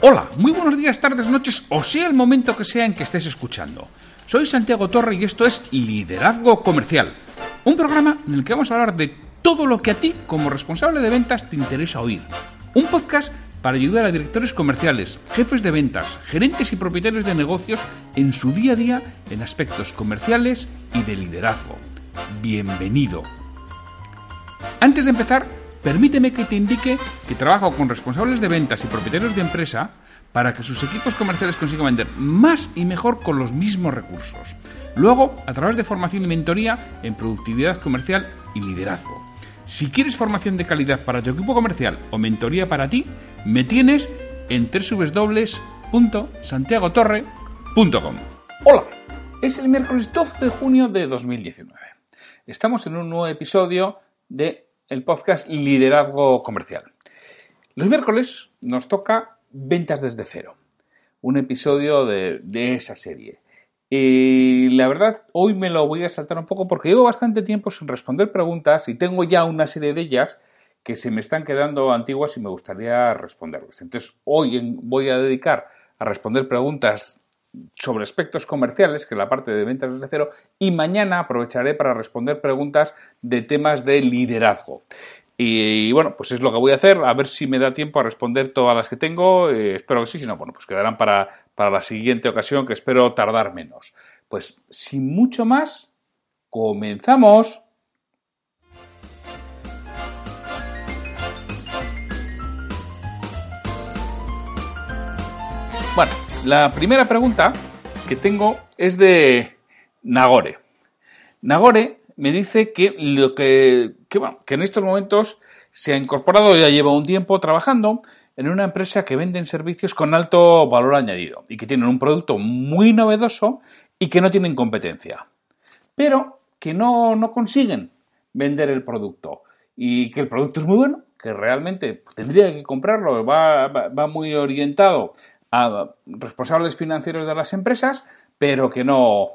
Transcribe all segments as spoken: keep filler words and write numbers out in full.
Hola, muy buenos días, tardes, noches, o sea el momento que sea en que estés escuchando. Soy Santiago Torre y esto es Liderazgo Comercial, un programa en el que vamos a hablar de todo lo que a ti, como responsable de ventas, te interesa oír. Un podcast para ayudar a directores comerciales, jefes de ventas, gerentes y propietarios de negocios en su día a día en aspectos comerciales y de liderazgo. Bienvenido. Antes de empezar, permíteme que te indique que trabajo con responsables de ventas y propietarios de empresa para que sus equipos comerciales consigan vender más y mejor con los mismos recursos. Luego, a través de formación y mentoría en productividad comercial y liderazgo. Si quieres formación de calidad para tu equipo comercial o mentoría para ti, me tienes en doble u doble u doble u punto santiago torre punto com. Hola, es el miércoles doce de junio de dos mil diecinueve. Estamos en un nuevo episodio de el podcast Liderazgo Comercial. Los miércoles nos toca Ventas desde cero, un episodio de, de esa serie. Y la verdad, hoy me lo voy a saltar un poco porque llevo bastante tiempo sin responder preguntas y tengo ya una serie de ellas que se me están quedando antiguas y me gustaría responderles. Entonces, hoy voy a dedicar a responder preguntas sobre aspectos comerciales, que es la parte de ventas desde cero, y mañana aprovecharé para responder preguntas de temas de liderazgo. Y, y bueno, pues es lo que voy a hacer, a ver si me da tiempo a responder todas las que tengo, eh, espero que sí, si no, bueno, pues quedarán para, para la siguiente ocasión, que espero tardar menos. Pues sin mucho más, comenzamos. Bueno, la primera pregunta que tengo es de Nagore. Nagore me dice que, lo que, que, bueno, que en estos momentos se ha incorporado, ya lleva un tiempo trabajando en una empresa que venden servicios con alto valor añadido y que tienen un producto muy novedoso y que no tienen competencia, pero que no, no consiguen vender el producto y que el producto es muy bueno, que realmente tendría que comprarlo, va, va, va muy orientado a responsables financieros de las empresas, pero que no,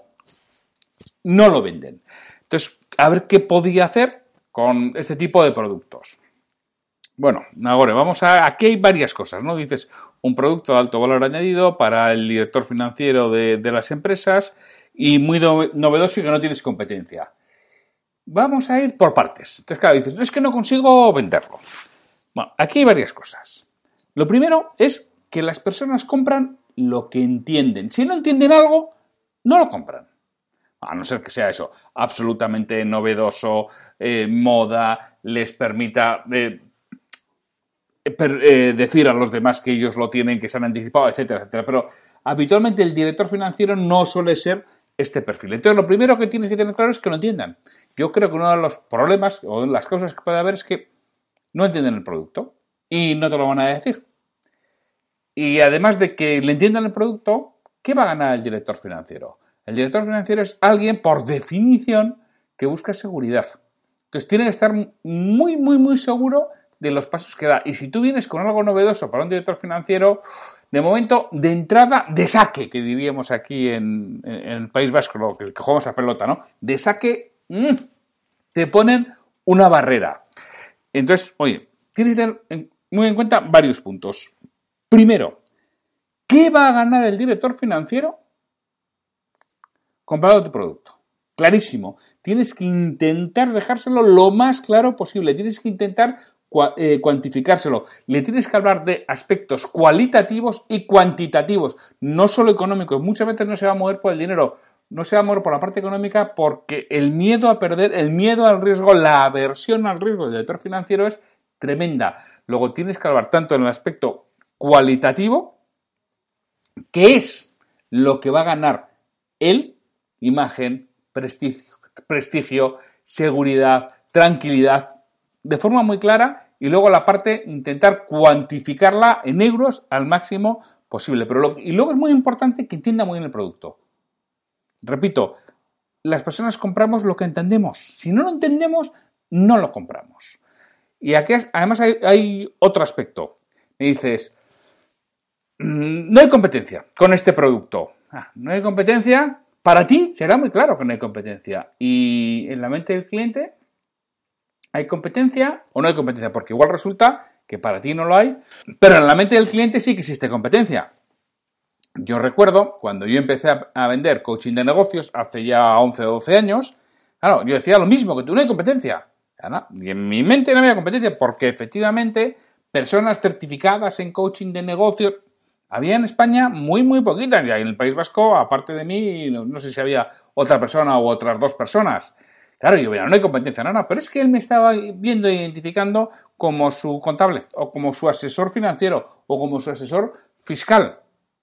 no lo venden. Entonces, a ver qué podía hacer con este tipo de productos. Bueno, ahora vamos a... Aquí hay varias cosas, ¿no? Dices, un producto de alto valor añadido para el director financiero de, de las empresas y muy novedoso y que no tienes competencia. Vamos a ir por partes. Entonces, claro, dices, es que no consigo venderlo. Bueno, aquí hay varias cosas. Lo primero es que las personas compran lo que entienden. Si no entienden algo, no lo compran. A no ser que sea eso, absolutamente novedoso, eh, moda, les permita eh, per, eh, decir a los demás que ellos lo tienen, que se han anticipado, etcétera, etcétera. Pero habitualmente el director financiero no suele ser este perfil. Entonces, lo primero que tienes que tener claro es que lo entiendan. Yo creo que uno de los problemas o de las causas que puede haber es que no entienden el producto y no te lo van a decir. Y además de que le entiendan el producto, ¿qué va a ganar el director financiero? El director financiero es alguien, por definición, que busca seguridad. Entonces tiene que estar muy, muy, muy seguro de los pasos que da. Y si tú vienes con algo novedoso para un director financiero, de momento, de entrada, de saque, que diríamos aquí en, en el País Vasco, que, que jugamos a pelota, ¿no? De saque, mmm, te ponen una barrera. Entonces, oye, tienes que tener muy en cuenta varios puntos. Primero, ¿qué va a ganar el director financiero comprando tu producto? Clarísimo. Tienes que intentar dejárselo lo más claro posible. Tienes que intentar eh, cuantificárselo. Le tienes que hablar de aspectos cualitativos y cuantitativos, no solo económicos. Muchas veces no se va a mover por el dinero, no se va a mover por la parte económica porque el miedo a perder, el miedo al riesgo, la aversión al riesgo del director financiero es tremenda. Luego tienes que hablar tanto en el aspecto cualitativo, que es lo que va a ganar él, imagen, prestigio, prestigio, seguridad, tranquilidad, de forma muy clara, y luego la parte, intentar cuantificarla en euros al máximo posible. Pero lo, y luego es muy importante que entienda muy bien el producto. Repito, las personas compramos lo que entendemos. Si no lo entendemos, no lo compramos. Y aquí además hay, hay otro aspecto. Me dices, no hay competencia con este producto. Ah, no hay competencia. Para ti será muy claro que no hay competencia. Y en la mente del cliente, ¿hay competencia o no hay competencia? Porque igual resulta que para ti no lo hay, pero en la mente del cliente sí que existe competencia. Yo recuerdo cuando yo empecé a, a vender coaching de negocios hace ya once o doce años, claro, yo decía lo mismo, que tú no hay competencia. ¿No? Y en mi mente no había competencia porque efectivamente personas certificadas en coaching de negocios había en España muy, muy poquitas. Y en el País Vasco, aparte de mí, no, no sé si había otra persona u otras dos personas. Claro, yo, mira, no hay competencia, no, no, pero es que él me estaba viendo e identificando como su contable, o como su asesor financiero, o como su asesor fiscal.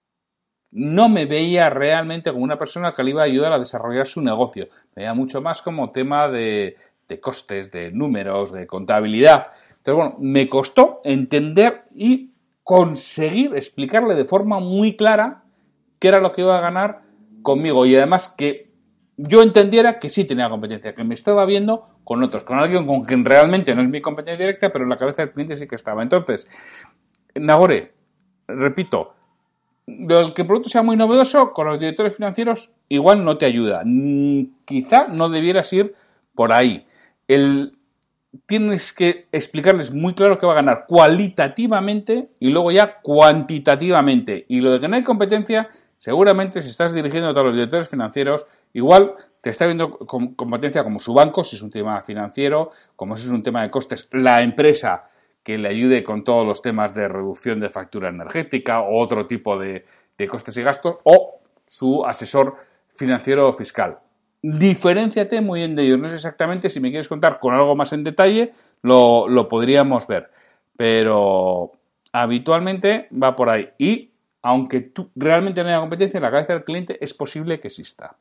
No me veía realmente como una persona que le iba a ayudar a desarrollar su negocio. Me veía mucho más como tema de, de costes, de números, de contabilidad. Entonces, bueno, me costó entender y conseguir explicarle de forma muy clara qué era lo que iba a ganar conmigo. Y además que yo entendiera que sí tenía competencia, que me estaba viendo con otros, con alguien con quien realmente no es mi competencia directa, pero en la cabeza del cliente sí que estaba. Entonces, Nagore, repito, el que el producto sea muy novedoso, con los directores financieros igual no te ayuda. Quizá no debieras ir por ahí. El, tienes que explicarles muy claro que va a ganar cualitativamente y luego ya cuantitativamente. Y lo de que no hay competencia, seguramente si estás dirigiendo a todos los directores financieros, igual te está viendo con competencia como su banco, si es un tema financiero, como si es un tema de costes, la empresa que le ayude con todos los temas de reducción de factura energética o otro tipo de, de costes y gastos, o su asesor financiero o fiscal. Diferénciate muy bien de ellos. No sé exactamente, si me quieres contar con algo más en detalle, lo, lo podríamos ver. Pero habitualmente va por ahí. Y aunque tú realmente no haya competencia, en la cabeza del cliente es posible que exista.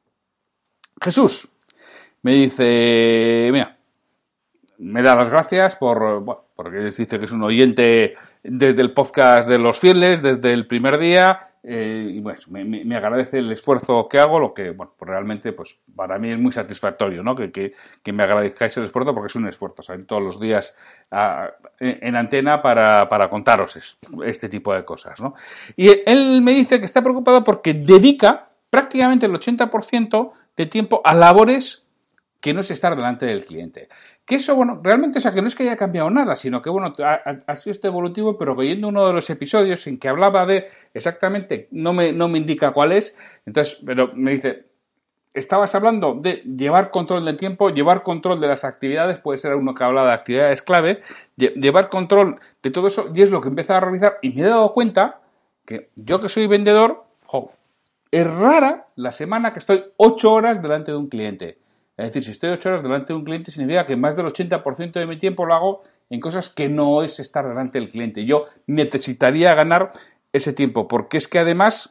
Jesús me dice, mira, me da las gracias por, bueno, porque dice que es un oyente desde el podcast de los fieles, desde el primer día, eh, y bueno, me, me agradece el esfuerzo que hago, lo que, bueno, pues realmente, pues para mí es muy satisfactorio, ¿no? Que, que, que me agradezcáis el esfuerzo, porque es un esfuerzo, salir todos los días a, en, en antena para, para contaros es, este tipo de cosas, ¿no? Y él me dice que está preocupado porque dedica prácticamente el ochenta por ciento de tiempo a labores que no es estar delante del cliente. Que eso, bueno, realmente, o sea, que no es que haya cambiado nada, sino que, bueno, ha, ha sido este evolutivo, pero oyendo uno de los episodios en que hablaba de exactamente, no me, no me indica cuál es, entonces, pero me dice, estabas hablando de llevar control del tiempo, llevar control de las actividades, puede ser uno que habla de actividades clave, llevar control de todo eso, y es lo que empieza a realizar, y me he dado cuenta que yo que soy vendedor, jo, es rara la semana que estoy ocho horas delante de un cliente. Es decir, si estoy ocho horas delante de un cliente, significa que más del ochenta por ciento de mi tiempo lo hago en cosas que no es estar delante del cliente. Yo necesitaría ganar ese tiempo, porque es que además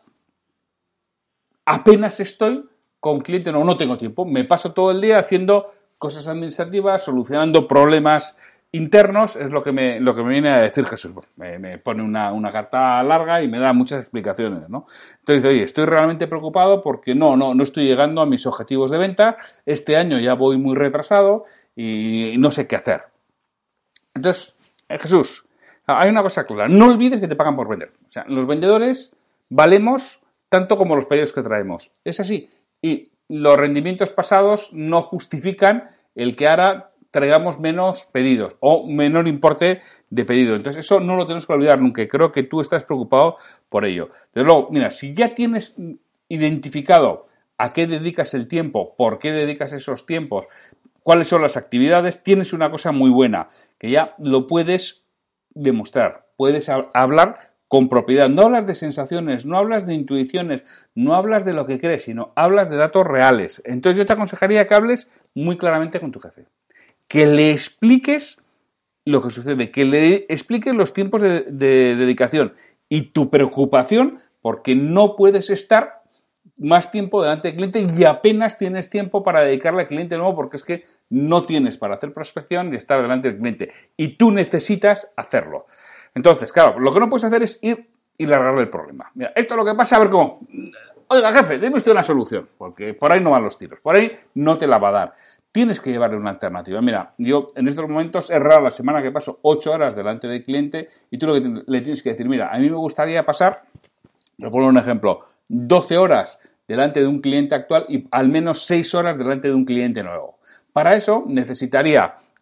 apenas estoy con cliente, no, no tengo tiempo. Me paso todo el día haciendo cosas administrativas, solucionando problemas internos, es lo que me, lo que me viene a decir Jesús. Bueno, me, me pone una, una carta larga y me da muchas explicaciones, ¿no? Entonces, oye, estoy realmente preocupado porque no, no, no estoy llegando a mis objetivos de venta. Este año ya voy muy retrasado y no sé qué hacer. Entonces, eh, Jesús, hay una cosa clara. No olvides que te pagan por vender. O sea, los vendedores valemos tanto como los pedidos que traemos. Es así. Y los rendimientos pasados no justifican el que ahora traigamos menos pedidos o menor importe de pedido. Entonces, eso no lo tenemos que olvidar nunca. Y creo que tú estás preocupado por ello. Desde luego, mira, si ya tienes identificado a qué dedicas el tiempo, por qué dedicas esos tiempos, cuáles son las actividades, tienes una cosa muy buena, que ya lo puedes demostrar. Puedes hablar con propiedad. No hablas de sensaciones, no hablas de intuiciones, no hablas de lo que crees, sino hablas de datos reales. Entonces, yo te aconsejaría que hables muy claramente con tu jefe. Que le expliques lo que sucede, que le expliques los tiempos de, de dedicación y tu preocupación porque no puedes estar más tiempo delante del cliente y apenas tienes tiempo para dedicarle al cliente nuevo porque es que no tienes para hacer prospección y estar delante del cliente y tú necesitas hacerlo. Entonces, claro, lo que no puedes hacer es ir y largarle el problema. Mira, esto es lo que pasa, a ver cómo. Oiga, jefe, deme usted una solución, porque por ahí no van los tiros, por ahí no te la va a dar. Tienes que llevarle una alternativa. Mira, yo en estos momentos es raro la semana que paso ocho horas delante del cliente y tú lo que le tienes que decir, mira, a mí me gustaría pasar, le pongo un ejemplo, doce horas delante de un cliente actual y al menos seis horas delante de un cliente nuevo. Para eso necesitaría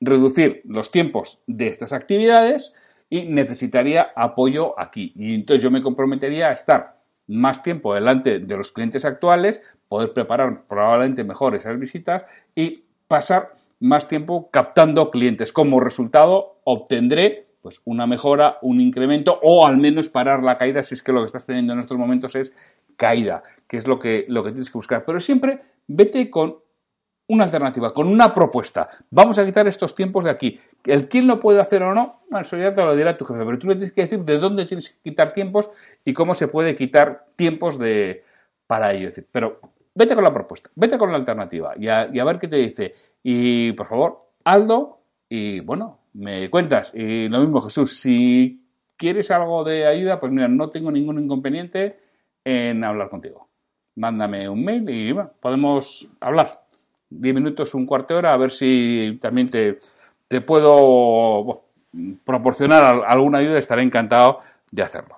reducir los tiempos de estas actividades y necesitaría apoyo aquí. Y entonces yo me comprometería a estar más tiempo delante de los clientes actuales, poder preparar probablemente mejor esas visitas y pasar más tiempo captando clientes. Como resultado obtendré pues una mejora, un incremento o al menos parar la caída si es que lo que estás teniendo en estos momentos es caída, que es lo que, lo que tienes que buscar. Pero siempre vete con una alternativa, con una propuesta. Vamos a quitar estos tiempos de aquí. El quién lo puede hacer o no, bueno, eso ya te lo dirá tu jefe, pero tú le tienes que decir de dónde tienes que quitar tiempos y cómo se puede quitar tiempos de, para ello. Pero vete con la propuesta, vete con la alternativa y a, y a ver qué te dice. Y por favor, Aldo, y bueno, me cuentas. Y lo mismo, Jesús, si quieres algo de ayuda, pues mira, no tengo ningún inconveniente en hablar contigo. Mándame un mail y bueno, podemos hablar. Diez minutos, un cuarto de hora, a ver si también te, te puedo bueno, proporcionar alguna ayuda, estaré encantado de hacerlo.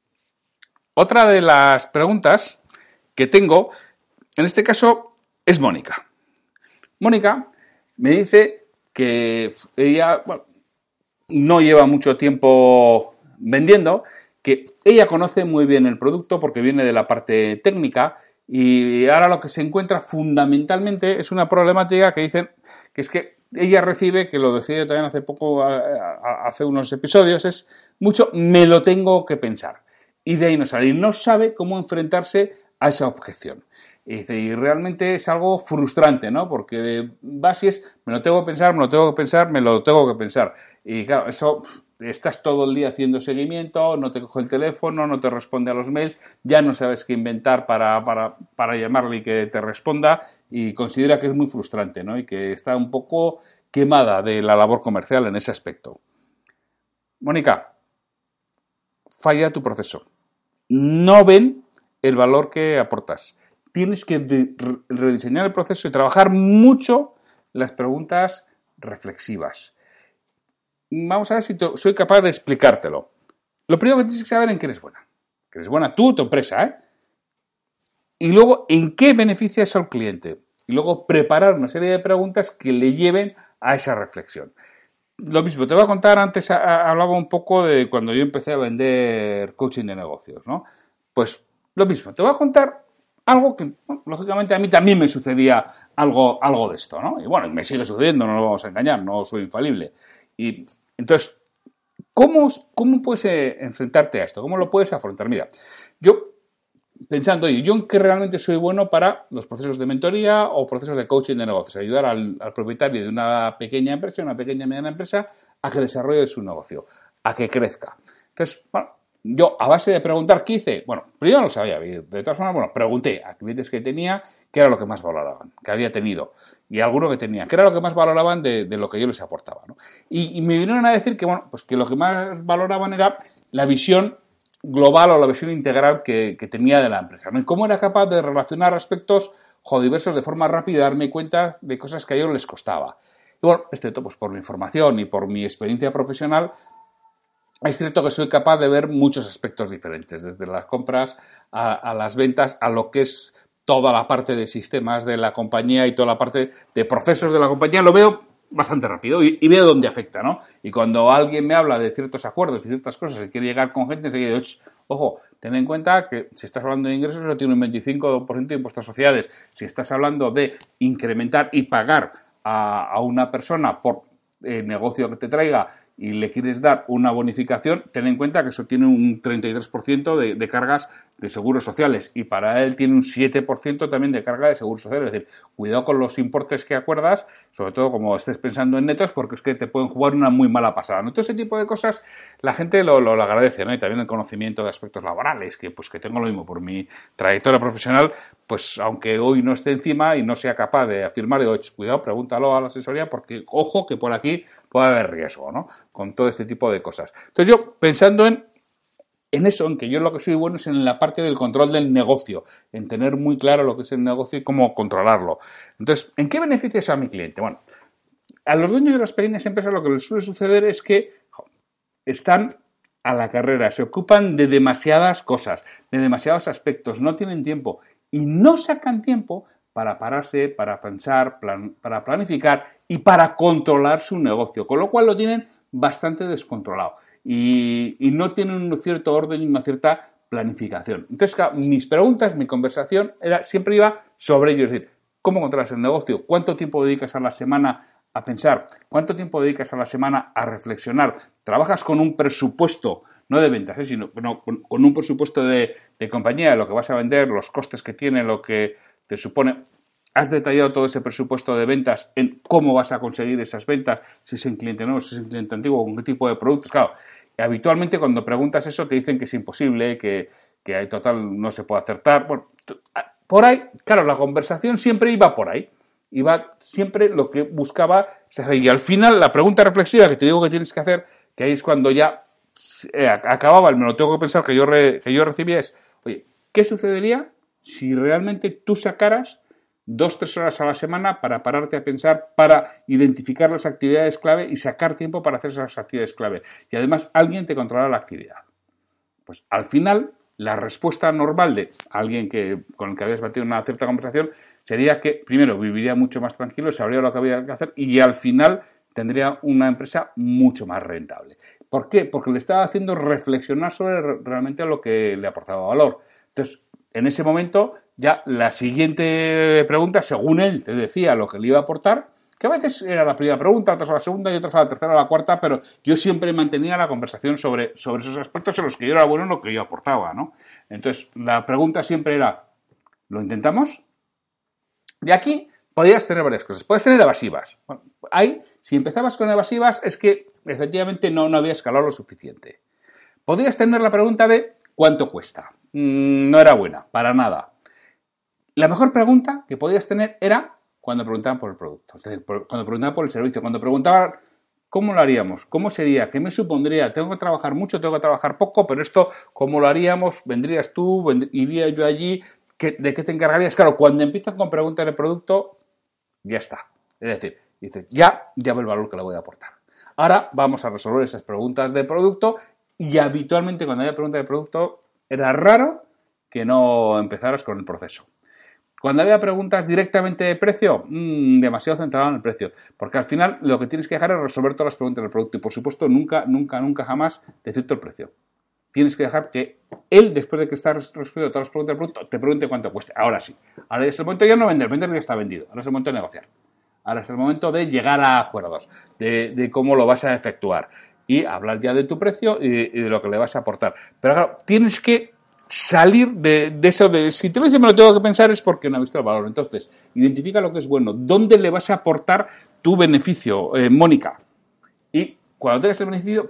Otra de las preguntas que tengo, en este caso, es Mónica. Mónica me dice que ella bueno, no lleva mucho tiempo vendiendo, que ella conoce muy bien el producto porque viene de la parte técnica y ahora lo que se encuentra fundamentalmente es una problemática que dicen que es que ella recibe, que lo decía también hace poco, hace unos episodios, es mucho me lo tengo que pensar. Y de ahí no sale. Y no sabe cómo enfrentarse a esa objeción. Y dice, y realmente es algo frustrante, ¿no? Porque vas y es, me lo tengo que pensar, me lo tengo que pensar, me lo tengo que pensar. Y claro, eso, estás todo el día haciendo seguimiento, no te coge el teléfono, no te responde a los mails, ya no sabes qué inventar para, para, para llamarle y que te responda, y considera que es muy frustrante, ¿no? Y que está un poco quemada de la labor comercial en ese aspecto. Mónica, falla tu proceso. No ven el valor que aportas. Tienes que rediseñar el proceso y trabajar mucho las preguntas reflexivas. Vamos a ver si soy capaz de explicártelo. Lo primero que tienes que saber es en qué eres buena. Que eres buena tú, tu empresa, ¿eh? Y luego, en qué beneficia eso al cliente. Y luego, preparar una serie de preguntas que le lleven a esa reflexión. Lo mismo, te voy a contar, antes a, a, hablaba un poco de cuando yo empecé a vender coaching de negocios, ¿no? Pues lo mismo, te voy a contar algo que, bueno, lógicamente, a mí también me sucedía algo, algo de esto, ¿no? Y bueno, me sigue sucediendo, no nos vamos a engañar, no soy infalible. Y entonces, ¿cómo, cómo puedes enfrentarte a esto? ¿Cómo lo puedes afrontar? Mira, yo pensando, oye, yo en qué realmente soy bueno para los procesos de mentoría o procesos de coaching de negocios, ayudar al, al propietario de una pequeña empresa, una pequeña y mediana empresa, a que desarrolle su negocio, a que crezca. Entonces, bueno, yo a base de preguntar qué hice, bueno, primero no lo sabía, de todas formas, bueno, pregunté a clientes que tenía qué era lo que más valoraban, que había tenido, y alguno que tenía, qué era lo que más valoraban de, de lo que yo les aportaba, ¿no? Y, y me vinieron a decir que, bueno, pues que lo que más valoraban era la visión global o la visión integral que, que tenía de la empresa, ¿no? Y cómo era capaz de relacionar aspectos diversos de forma rápida y darme cuenta de cosas que a ellos les costaba. Y bueno, es cierto, pues por mi formación y por mi experiencia profesional, es cierto que soy capaz de ver muchos aspectos diferentes, desde las compras a, a las ventas, a lo que es toda la parte de sistemas de la compañía y toda la parte de procesos de la compañía, lo veo bastante rápido y, y veo dónde afecta, ¿no? Y cuando alguien me habla de ciertos acuerdos y ciertas cosas y quiere llegar con gente, enseguida digo, ojo, ten en cuenta que si estás hablando de ingresos, no tiene un veinticinco por ciento de impuestos a sociedades. Si estás hablando de incrementar y pagar a, a una persona por el negocio que te traiga y le quieres dar una bonificación, ten en cuenta que eso tiene un treinta y tres por ciento de, de cargas de seguros sociales y para él tiene un siete por ciento también de carga de seguros sociales. Es decir, cuidado con los importes que acuerdas, sobre todo como estés pensando en netos, porque es que te pueden jugar una muy mala pasada, ¿no? Todo ese tipo de cosas la gente lo, lo, lo agradece, ¿no? Y también el conocimiento de aspectos laborales, que pues que tengo lo mismo por mi trayectoria profesional, pues aunque hoy no esté encima y no sea capaz de afirmar, digo, cuidado, pregúntalo a la asesoría porque, ojo, que por aquí puede haber riesgo, ¿no? Con todo este tipo de cosas. Entonces yo, pensando en En eso, en que yo lo que soy bueno es en la parte del control del negocio, en tener muy claro lo que es el negocio y cómo controlarlo. Entonces, ¿en qué beneficia eso a mi cliente? Bueno, a los dueños de las pequeñas empresas lo que les suele suceder es que jo, están a la carrera, se ocupan de demasiadas cosas, de demasiados aspectos, no tienen tiempo y no sacan tiempo para pararse, para pensar, plan, para planificar y para controlar su negocio, con lo cual lo tienen bastante descontrolado y, y no tienen un cierto orden y una cierta planificación. Entonces, claro, mis preguntas, mi conversación era, siempre iba sobre ello, es decir, ¿cómo controlas el negocio? ¿Cuánto tiempo dedicas a la semana a pensar? ¿Cuánto tiempo dedicas a la semana a reflexionar? ¿Trabajas con un presupuesto, no de ventas, ¿eh? sino no, con, con un presupuesto de, de compañía, lo que vas a vender, los costes que tiene, lo que te supone? ¿Has detallado todo ese presupuesto de ventas en cómo vas a conseguir esas ventas? Si es en cliente nuevo, si es en cliente antiguo, con qué tipo de productos. Claro, habitualmente cuando preguntas eso te dicen que es imposible, que, que en total no se puede acertar. Bueno, por ahí, claro, la conversación siempre iba por ahí. Iba siempre lo que buscaba. Y al final, la pregunta reflexiva que te digo que tienes que hacer, que ahí es cuando ya eh, acababa, me lo tengo que pensar, que yo, re, que yo recibía es, oye, ¿qué sucedería si realmente tú sacaras dos, tres horas a la semana para pararte a pensar, para identificar las actividades clave y sacar tiempo para hacer esas actividades clave? Y además alguien te controla la actividad. Pues al final, la respuesta normal de alguien que, con el que habías mantenido una cierta conversación sería que, primero, viviría mucho más tranquilo, sabría lo que había que hacer y al final tendría una empresa mucho más rentable. ¿Por qué? Porque le estaba haciendo reflexionar sobre realmente lo que le aportaba valor. Entonces, en ese momento, ya la siguiente pregunta, según él te decía lo que le iba a aportar, que a veces era la primera pregunta, otras a la segunda y otras a la tercera o a la cuarta, pero yo siempre mantenía la conversación sobre, sobre esos aspectos en los que yo era bueno en lo que yo aportaba, ¿no? Entonces, la pregunta siempre era, ¿lo intentamos? De aquí podías tener varias cosas. Puedes tener evasivas. Bueno, ahí, si empezabas con evasivas, es que efectivamente no, no había escalado lo suficiente. Podías tener la pregunta de ¿cuánto cuesta? Mm, no era buena, para nada. La mejor pregunta que podías tener era cuando preguntaban por el producto. Es decir, cuando preguntaban por el servicio, cuando preguntaban ¿cómo lo haríamos? ¿Cómo sería? ¿Qué me supondría? ¿Tengo que trabajar mucho? ¿Tengo que trabajar poco? Pero esto, ¿cómo lo haríamos? ¿Vendrías tú? ¿Iría yo allí? ¿De qué te encargarías? Claro, cuando empiezan con preguntas de producto, ya está. Es decir, dices, ya, ya ve el valor que le voy a aportar. Ahora vamos a resolver esas preguntas de producto y habitualmente cuando había preguntas de producto era raro que no empezaras con el proceso. Cuando había preguntas directamente de precio, mmm, demasiado centrado en el precio. Porque al final lo que tienes que dejar es resolver todas las preguntas del producto. Y por supuesto, nunca, nunca, nunca jamás decirte el precio. Tienes que dejar que él, después de que estás resolviendo todas las preguntas del producto, te pregunte cuánto cueste. Ahora sí. Ahora es el momento ya no vender, vender ya está vendido. Ahora es el momento de negociar. Ahora es el momento de llegar a acuerdos, de, de cómo lo vas a efectuar. Y hablar ya de tu precio y, y de lo que le vas a aportar. Pero claro, tienes que salir de, de eso de, si te lo dice me lo tengo que pensar es porque no ha visto el valor. Entonces, identifica lo que es bueno, dónde le vas a aportar tu beneficio, eh, Mónica. Y cuando tengas el beneficio,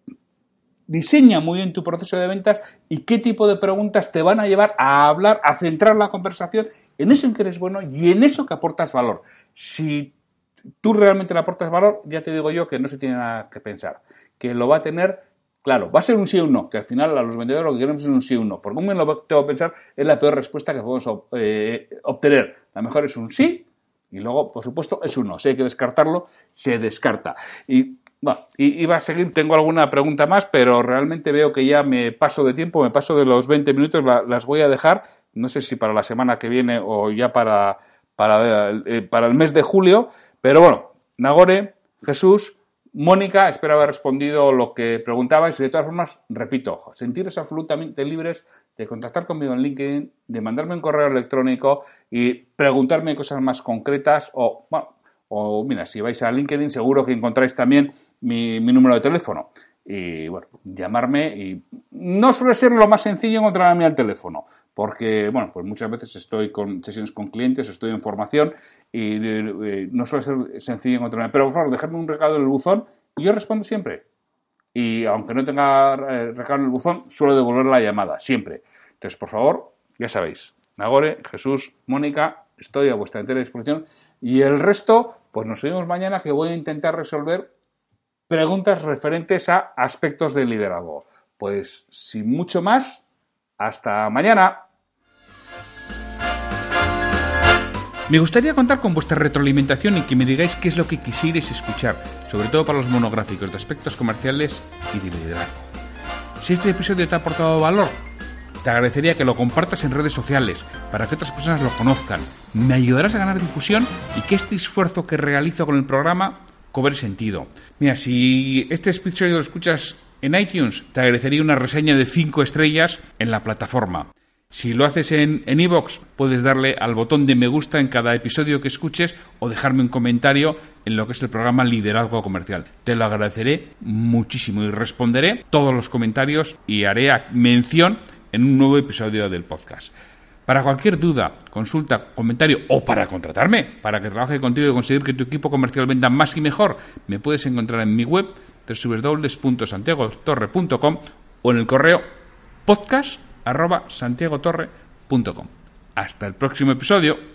diseña muy bien tu proceso de ventas y qué tipo de preguntas te van a llevar a hablar, a centrar la conversación en eso en que eres bueno y en eso que aportas valor. Si tú realmente le aportas valor, ya te digo yo que no se tiene nada que pensar, que lo va a tener. Claro, va a ser un sí o un no, que al final a los vendedores lo que queremos es un sí o un no. Por cómo me lo tengo que pensar, es la peor respuesta que podemos eh, obtener. La mejor es un sí y luego, por supuesto, es un no. Si hay que descartarlo, se descarta. Y bueno, iba a seguir, tengo alguna pregunta más, pero realmente veo que ya me paso de tiempo, me paso de los veinte minutos, la, las voy a dejar, no sé si para la semana que viene o ya para, para, eh, para el mes de julio, pero bueno, Nagore, Jesús, Mónica, espero haber respondido lo que preguntabais y de todas formas, repito, sentiros absolutamente libres de contactar conmigo en LinkedIn, de mandarme un correo electrónico y preguntarme cosas más concretas o, bueno, o mira, si vais a LinkedIn seguro que encontráis también mi, mi número de teléfono y bueno, llamarme y no suele ser lo más sencillo encontrarme al teléfono porque, bueno, pues muchas veces estoy con sesiones con clientes, estoy en formación y eh, no suele ser sencillo encontrarme. Pero, por favor, dejadme un recado en el buzón y yo respondo siempre. Y aunque no tenga eh, recado en el buzón, suelo devolver la llamada, siempre. Entonces, por favor, ya sabéis, Nagore, Jesús, Mónica, estoy a vuestra entera disposición. Y el resto, pues nos vemos mañana que voy a intentar resolver preguntas referentes a aspectos del liderazgo. Pues, sin mucho más, hasta mañana. Me gustaría contar con vuestra retroalimentación y que me digáis qué es lo que quisierais escuchar, sobre todo para los monográficos de aspectos comerciales y de liderazgo. Si este episodio te ha aportado valor, Te agradecería que lo compartas en redes sociales para que otras personas lo conozcan. Me ayudarás a ganar difusión y que este esfuerzo que realizo con el programa cobre sentido. Mira, si este episodio lo escuchas en iTunes, te agradecería una reseña de cinco estrellas en la plataforma. Si lo haces en en iVoox, puedes darle al botón de me gusta en cada episodio que escuches o dejarme un comentario en lo que es el programa Liderazgo Comercial. Te lo agradeceré muchísimo y responderé todos los comentarios y haré mención en un nuevo episodio del podcast. Para cualquier duda, consulta, comentario o para contratarme, para que trabaje contigo y conseguir que tu equipo comercial venda más y mejor, me puedes encontrar en mi web doble u doble u doble u punto santiago torre punto com o en el correo podcast arroba santiago torre punto com. Hasta el próximo episodio.